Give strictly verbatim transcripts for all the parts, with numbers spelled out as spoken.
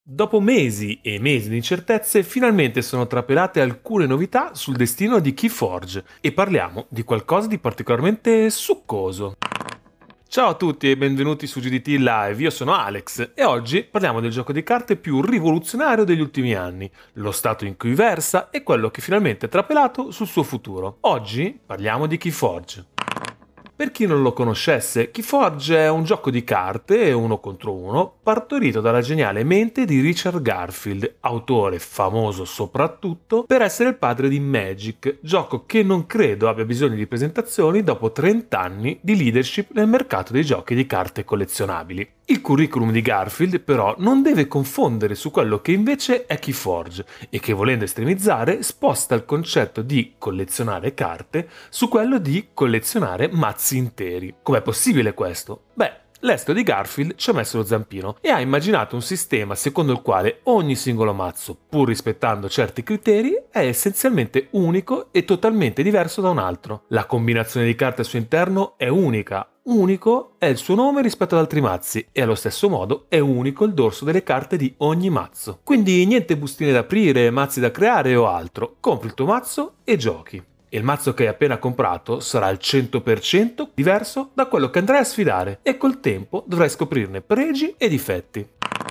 Dopo mesi e mesi di incertezze, finalmente sono trapelate alcune novità sul destino di Keyforge e parliamo di qualcosa di particolarmente succoso. Ciao a tutti e benvenuti su G D T Live, io sono Alex e oggi parliamo del gioco di carte più rivoluzionario degli ultimi anni, lo stato in cui versa e quello che finalmente è trapelato sul suo futuro. Oggi parliamo di Keyforge. Per chi non lo conoscesse, Keyforge è un gioco di carte, uno contro uno, partorito dalla geniale mente di Richard Garfield, autore famoso soprattutto per essere il padre di Magic, gioco che non credo abbia bisogno di presentazioni dopo trenta anni di leadership nel mercato dei giochi di carte collezionabili. Il curriculum di Garfield però non deve confondere su quello che invece è Keyforge e che, volendo estremizzare, sposta il concetto di collezionare carte su quello di collezionare mazzi interi. Com'è possibile questo? Beh, l'estro di Garfield ci ha messo lo zampino e ha immaginato un sistema secondo il quale ogni singolo mazzo, pur rispettando certi criteri, è essenzialmente unico e totalmente diverso da un altro. La combinazione di carte al suo interno è unica. Unico è il suo nome rispetto ad altri mazzi e allo stesso modo è unico il dorso delle carte di ogni mazzo. Quindi niente bustine da aprire, mazzi da creare o altro. Compri il tuo mazzo e giochi. E il mazzo che hai appena comprato sarà al cento per cento diverso da quello che andrai a sfidare e col tempo dovrai scoprirne pregi e difetti.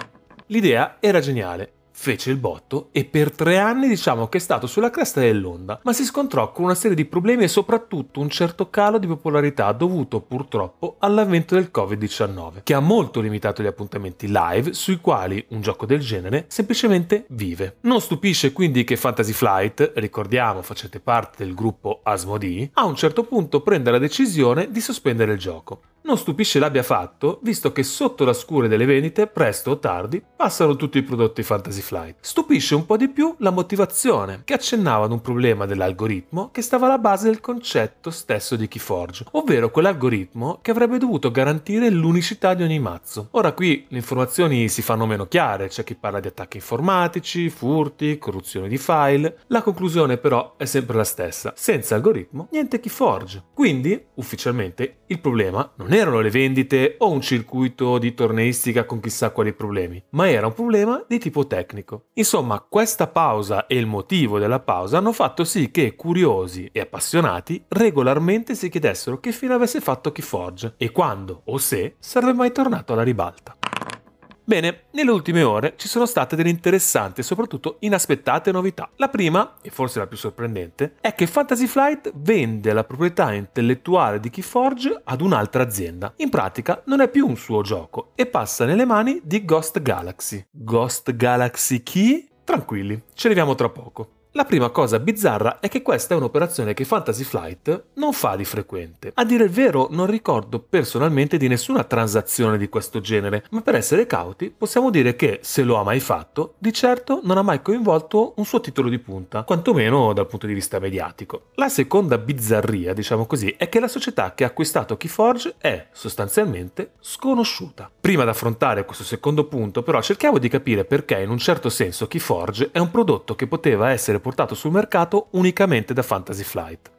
L'idea era geniale. Fece il botto e per tre anni diciamo che è stato sulla cresta dell'onda, ma si scontrò con una serie di problemi e soprattutto un certo calo di popolarità dovuto purtroppo all'avvento del covid diciannove, che ha molto limitato gli appuntamenti live sui quali un gioco del genere semplicemente vive. Non stupisce quindi che Fantasy Flight, ricordiamo facete parte del gruppo Asmodee, a un certo punto prenda la decisione di sospendere il gioco. Non stupisce l'abbia fatto, visto che sotto la scure delle vendite, presto o tardi, passano tutti i prodotti Fantasy Flight. Stupisce un po' di più la motivazione, che accennava ad un problema dell'algoritmo che stava alla base del concetto stesso di Keyforge, ovvero quell'algoritmo che avrebbe dovuto garantire l'unicità di ogni mazzo. Ora qui le informazioni si fanno meno chiare, c'è chi parla di attacchi informatici, furti, corruzione di file. La conclusione però è sempre la stessa: senza algoritmo niente Keyforge. Quindi, ufficialmente, il problema non erano le vendite o un circuito di torneistica con chissà quali problemi, ma era un problema di tipo tecnico. Insomma, questa pausa e il motivo della pausa hanno fatto sì che curiosi e appassionati regolarmente si chiedessero che fine avesse fatto Keyforge e quando o se sarebbe mai tornato alla ribalta. Bene, nelle ultime ore ci sono state delle interessanti e soprattutto inaspettate novità. La prima, e forse la più sorprendente, è che Fantasy Flight vende la proprietà intellettuale di Keyforge ad un'altra azienda. In pratica non è più un suo gioco e passa nelle mani di Ghost Galaxy. Ghost Galaxy chi? Tranquilli, ci arriviamo tra poco. La prima cosa bizzarra è che questa è un'operazione che Fantasy Flight non fa di frequente. A dire il vero non ricordo personalmente di nessuna transazione di questo genere, ma per essere cauti possiamo dire che se lo ha mai fatto, di certo non ha mai coinvolto un suo titolo di punta, quantomeno dal punto di vista mediatico. La seconda bizzarria, diciamo così, è che la società che ha acquistato Keyforge è sostanzialmente sconosciuta. Prima di affrontare questo secondo punto, però, cerchiamo di capire perché in un certo senso Keyforge è un prodotto che poteva essere portato sul mercato unicamente da Fantasy Flight.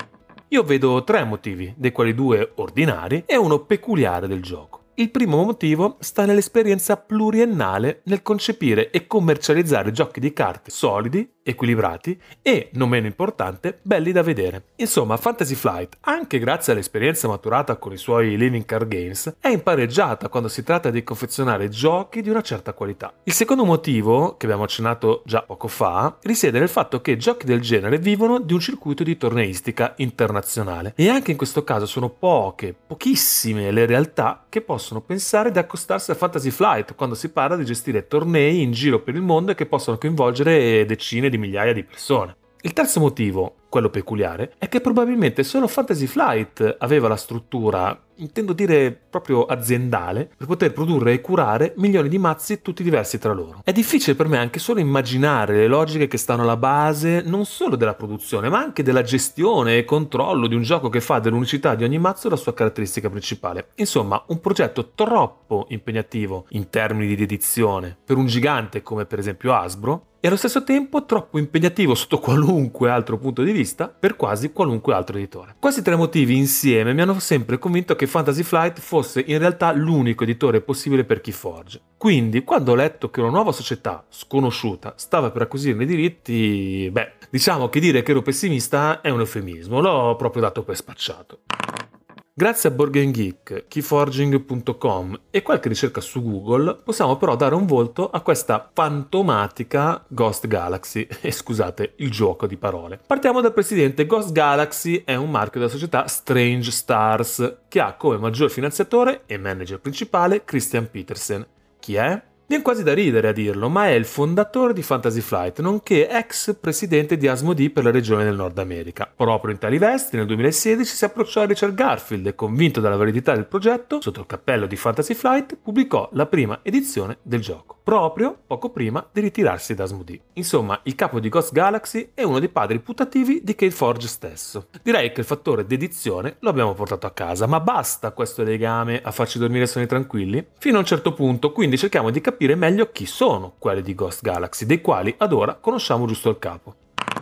Io vedo tre motivi, dei quali due ordinari e uno peculiare del gioco. Il primo motivo sta nell'esperienza pluriennale nel concepire e commercializzare giochi di carte solidi, equilibrati e, non meno importante, belli da vedere. Insomma, Fantasy Flight, anche grazie all'esperienza maturata con i suoi Living Card Games, è impareggiata quando si tratta di confezionare giochi di una certa qualità. Il secondo motivo, che abbiamo accennato già poco fa, risiede nel fatto che giochi del genere vivono di un circuito di torneistica internazionale e anche in questo caso sono poche, pochissime le realtà che possono pensare di accostarsi a Fantasy Flight quando si parla di gestire tornei in giro per il mondo e che possono coinvolgere decine di migliaia di persone. Il terzo motivo, quello peculiare, è che probabilmente solo Fantasy Flight aveva la struttura, intendo dire proprio aziendale, per poter produrre e curare milioni di mazzi tutti diversi tra loro. È difficile per me anche solo immaginare le logiche che stanno alla base non solo della produzione, ma anche della gestione e controllo di un gioco che fa dell'unicità di ogni mazzo la sua caratteristica principale. Insomma, un progetto troppo impegnativo in termini di dedizione per un gigante come per esempio Hasbro, e allo stesso tempo troppo impegnativo sotto qualunque altro punto di vista per quasi qualunque altro editore. Questi tre motivi insieme mi hanno sempre convinto che Fantasy Flight fosse in realtà l'unico editore possibile per Keyforge. Quindi, quando ho letto che una nuova società sconosciuta stava per acquisirne i diritti, beh, diciamo che dire che ero pessimista è un eufemismo, l'ho proprio dato per spacciato. Grazie a Board Game Geek, keyforging punto com e qualche ricerca su Google possiamo però dare un volto a questa fantomatica Ghost Galaxy, e scusate il gioco di parole. Partiamo dal presidente. Ghost Galaxy è un marchio della società Strange Stars, che ha come maggior finanziatore e manager principale Christian Petersen. Chi è? Viene quasi da ridere a dirlo, ma è il fondatore di Fantasy Flight, nonché ex presidente di Asmodee per la regione del Nord America. Proprio in tali vesti, nel duemilasedici si approcciò a Richard Garfield e, convinto dalla validità del progetto, sotto il cappello di Fantasy Flight, pubblicò la prima edizione del gioco, proprio poco prima di ritirarsi da Asmodee. Insomma, il capo di Ghost Galaxy è uno dei padri putativi di Keyforge stesso. Direi che il fattore dedizione lo abbiamo portato a casa, ma basta questo legame a farci dormire sonni tranquilli? Fino a un certo punto, quindi cerchiamo di capire meglio chi sono quelli di Ghost Galaxy, dei quali ad ora conosciamo giusto il capo.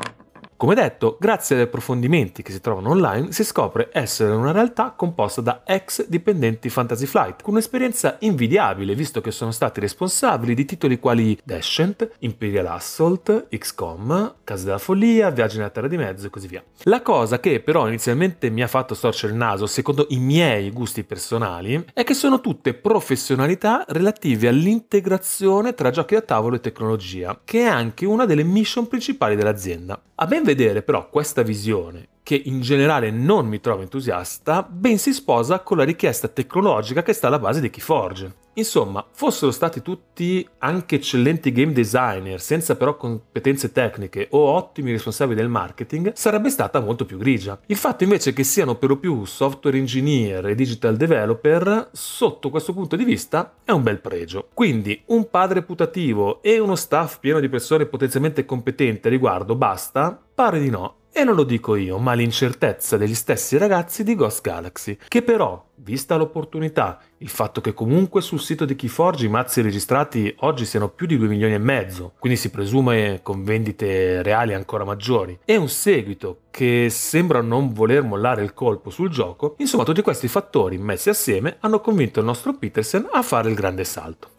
Come detto, grazie agli approfondimenti che si trovano online, si scopre essere una realtà composta da ex dipendenti Fantasy Flight, con un'esperienza invidiabile, visto che sono stati responsabili di titoli quali Descent, Imperial Assault, X COM, Case della Follia, Viaggi nella Terra di Mezzo e così via. La cosa che però inizialmente mi ha fatto storcere il naso, secondo i miei gusti personali, è che sono tutte professionalità relative all'integrazione tra giochi da tavolo e tecnologia, che è anche una delle mission principali dell'azienda. A ben vedere però questa visione, che in generale non mi trovo entusiasta, ben si sposa con la richiesta tecnologica che sta alla base di Keyforge. Insomma, fossero stati tutti anche eccellenti game designer, senza però competenze tecniche o ottimi responsabili del marketing, sarebbe stata molto più grigia. Il fatto invece che siano per lo più software engineer e digital developer, sotto questo punto di vista, è un bel pregio. Quindi, un padre putativo e uno staff pieno di persone potenzialmente competenti a riguardo basta? Pare di no. E non lo dico io, ma l'incertezza degli stessi ragazzi di Ghost Galaxy, che però, vista l'opportunità, il fatto che comunque sul sito di Keyforge i mazzi registrati oggi siano più di due milioni e mezzo, quindi si presume con vendite reali ancora maggiori, e un seguito che sembra non voler mollare il colpo sul gioco, insomma tutti questi fattori messi assieme hanno convinto il nostro Petersen a fare il grande salto.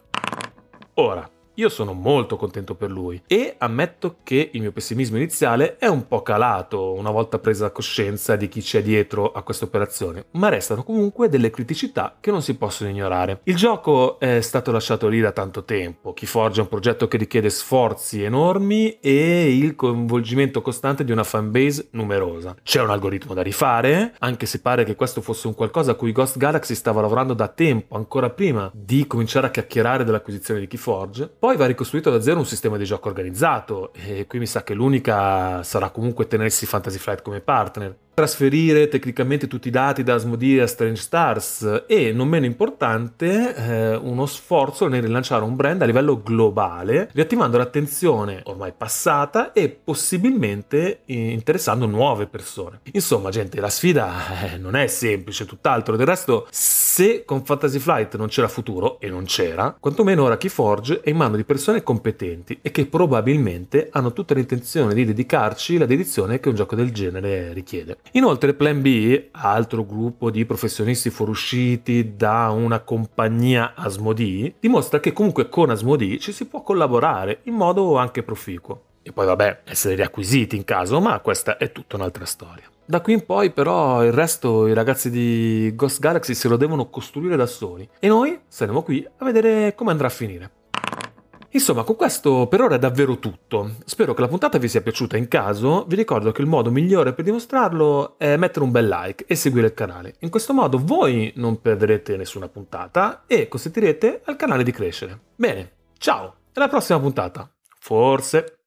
Ora, io sono molto contento per lui e ammetto che il mio pessimismo iniziale è un po' calato una volta presa coscienza di chi c'è dietro a questa operazione, ma restano comunque delle criticità che non si possono ignorare. Il gioco è stato lasciato lì da tanto tempo, Keyforge è un progetto che richiede sforzi enormi e il coinvolgimento costante di una fanbase numerosa. C'è un algoritmo da rifare, anche se pare che questo fosse un qualcosa a cui Ghost Galaxy stava lavorando da tempo, ancora prima di cominciare a chiacchierare dell'acquisizione di Keyforge. Poi va ricostruito da zero un sistema di gioco organizzato e qui mi sa che l'unica sarà comunque tenersi Fantasy Flight come partner. Trasferire tecnicamente tutti i dati da Asmodee a Strange Stars e, non meno importante, eh, uno sforzo nel rilanciare un brand a livello globale, riattivando l'attenzione ormai passata e possibilmente interessando nuove persone. Insomma, gente, la sfida eh, non è semplice, tutt'altro. Del resto, se con Fantasy Flight non c'era futuro, e non c'era, quantomeno ora Keyforge è in mano di persone competenti e che probabilmente hanno tutta l'intenzione di dedicarci la dedizione che un gioco del genere richiede. Inoltre Plan B, altro gruppo di professionisti fuoriusciti da una compagnia Asmodee, dimostra che comunque con Asmodee ci si può collaborare in modo anche proficuo. E poi vabbè, essere riacquisiti in caso, ma questa è tutta un'altra storia. Da qui in poi però il resto i ragazzi di Ghost Galaxy se lo devono costruire da soli e noi saremo qui a vedere come andrà a finire. Insomma, con questo per ora è davvero tutto. Spero che la puntata vi sia piaciuta. In caso, vi ricordo che il modo migliore per dimostrarlo è mettere un bel like e seguire il canale. In questo modo voi non perderete nessuna puntata e consentirete al canale di crescere. Bene, ciao, alla prossima puntata. Forse.